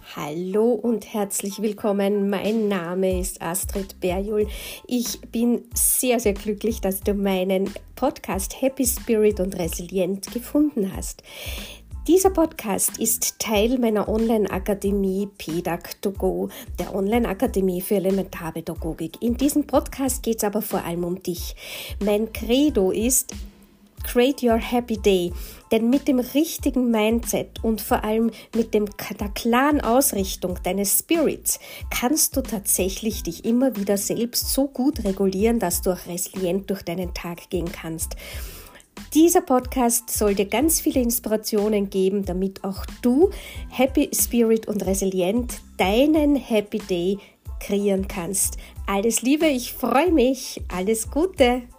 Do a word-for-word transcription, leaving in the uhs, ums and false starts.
Hallo und herzlich willkommen. Mein Name ist Astrid Berjul. Ich bin sehr, sehr glücklich, dass du meinen Podcast Happy Spirit und Resilient gefunden hast. Dieser Podcast ist Teil meiner Online-Akademie P D A C to go, der Online-Akademie für Elementarpädagogik. In diesem Podcast geht es aber vor allem um dich. Mein Credo ist Create your happy day, denn mit dem richtigen Mindset und vor allem mit dem, der klaren Ausrichtung deines Spirits kannst du tatsächlich dich immer wieder selbst so gut regulieren, dass du auch resilient durch deinen Tag gehen kannst. Dieser Podcast soll dir ganz viele Inspirationen geben, damit auch du Happy Spirit und Resilient deinen Happy Day kreieren kannst. Alles Liebe, ich freue mich, alles Gute!